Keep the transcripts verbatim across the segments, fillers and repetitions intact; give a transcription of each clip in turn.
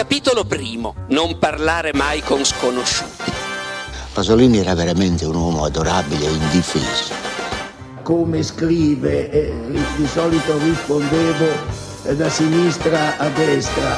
Capitolo primo. Non parlare mai con sconosciuti. Pasolini era veramente un uomo adorabile e indifeso. Come scrive, eh, di solito rispondevo eh, da sinistra a destra.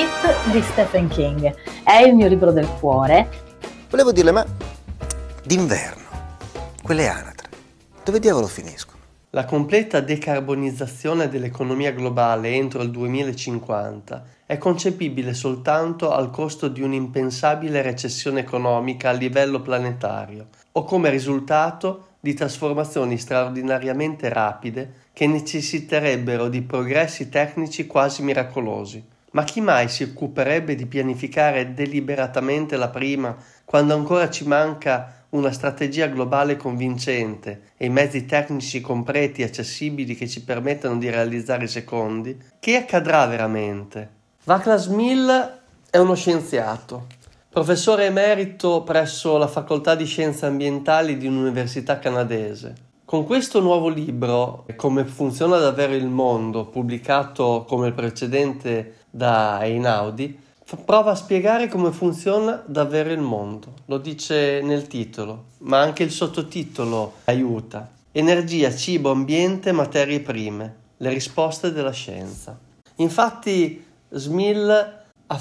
It di Stephen King è il mio libro del cuore. Volevo dirle, ma d'inverno, quelle anatre, dove diavolo finiscono? La completa decarbonizzazione dell'economia globale entro il duemilacinquanta è concepibile soltanto al costo di un'impensabile recessione economica a livello planetario o come risultato di trasformazioni straordinariamente rapide che necessiterebbero di progressi tecnici quasi miracolosi. Ma chi mai si occuperebbe di pianificare deliberatamente la prima quando ancora ci manca una strategia globale convincente e i mezzi tecnici completi e accessibili che ci permettano di realizzare i secondi? Che accadrà veramente? Václav Smil è uno scienziato, professore emerito presso la Facoltà di Scienze Ambientali di un'università canadese. Con questo nuovo libro, Come funziona davvero il mondo, pubblicato come il precedente da Einaudi, prova a spiegare come funziona davvero il mondo. Lo dice nel titolo, ma anche il sottotitolo aiuta. Energia, cibo, ambiente, materie prime. Le risposte della scienza. Infatti, Smil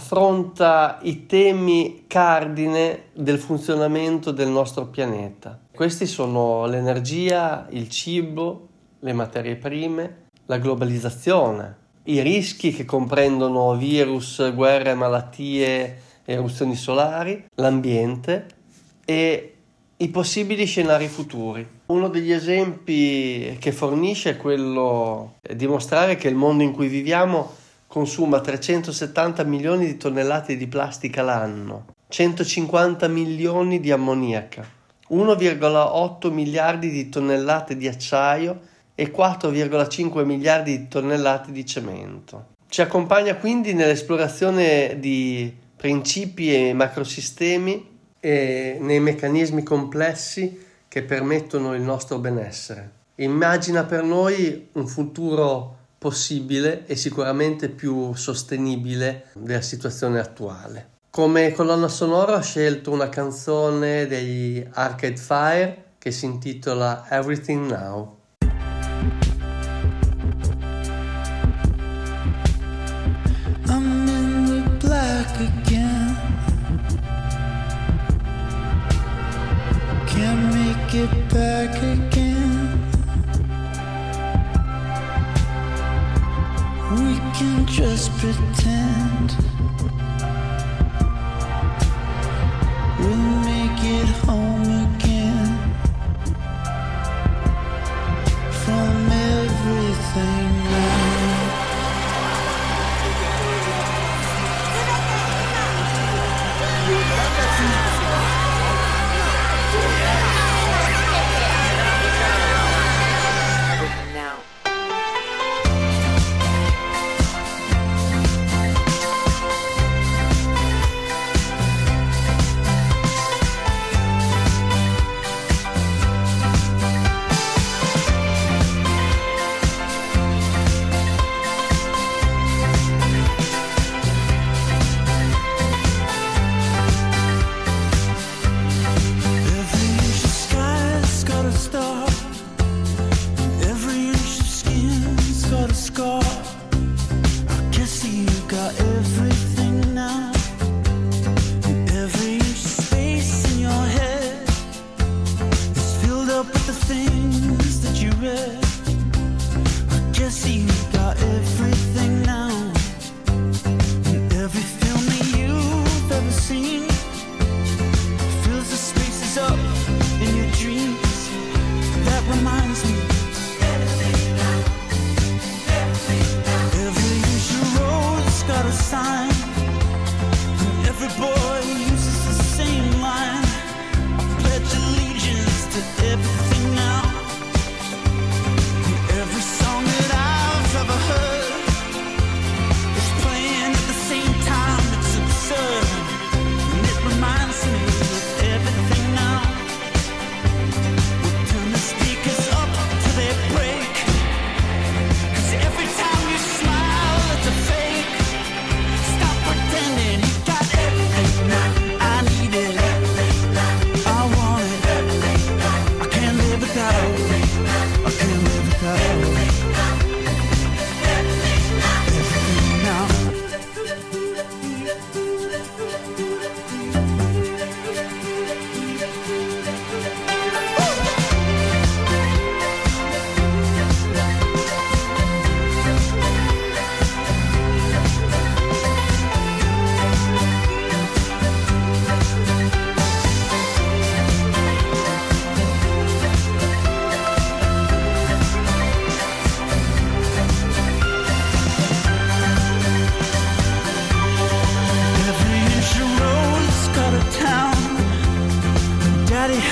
affronta i temi cardine del funzionamento del nostro pianeta. Questi sono l'energia, il cibo, le materie prime, la globalizzazione, i rischi che comprendono virus, guerre, malattie, eruzioni solari, l'ambiente e i possibili scenari futuri. Uno degli esempi che fornisce è quello di dimostrare che il mondo in cui viviamo consuma trecentosettanta milioni di tonnellate di plastica l'anno, centocinquanta milioni di ammoniaca, uno virgola otto miliardi di tonnellate di acciaio e quattro virgola cinque miliardi di tonnellate di cemento. Ci accompagna quindi nell'esplorazione di principi e macrosistemi e nei meccanismi complessi che permettono il nostro benessere. Immagina per noi un futuro possibile e sicuramente più sostenibile della situazione attuale. Come colonna sonora ho scelto una canzone degli Arcade Fire che si intitola Everything Now. I'm in the black again. Can't make it back again. We can just pretend we'll make it home again from everything now.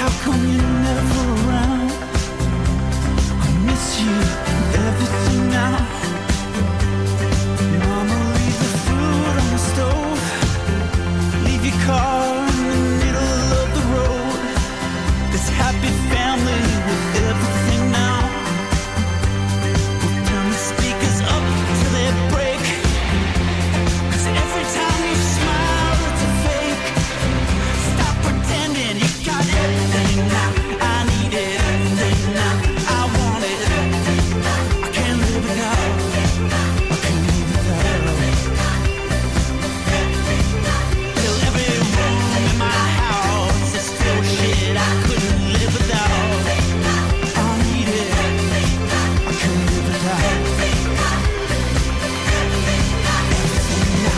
How come you're never around? I miss you and everything now. Mama, leave the food on the stove. Leave your car in the middle of the road. This happy family with everything now. We'll turn the speakers up till they break. 'Cause every time you smile it's a fake. Stop pretending you got everything now. I need everything now. I want it. I can't live without. I can't live without. Till every room in my house is still shit I couldn't live without. I need it. I can't live without. Everything now.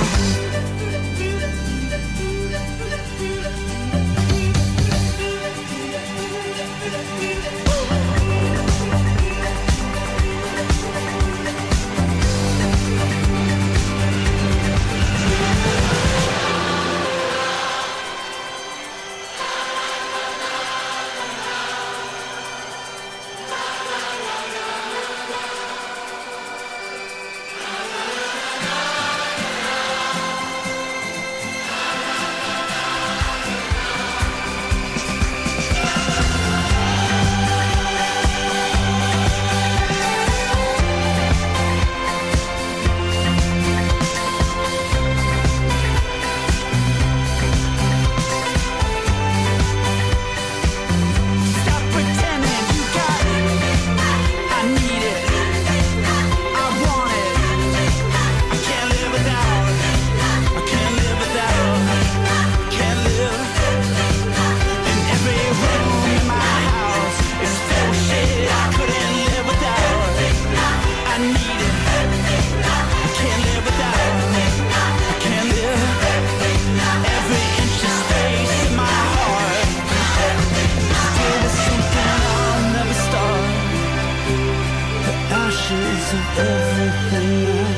Stop pretending you got it. I need it. I want it. I can't live without. I can't live without. Can't live. In every room in my house is full shit I couldn't live without. I need it. I can't live without. I can't live. Every inch of space in my heart filled with something I'll never start. The ashes of everything now,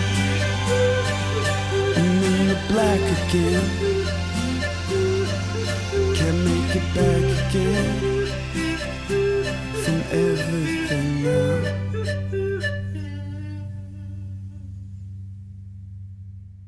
and then the black again. Can't make it back again.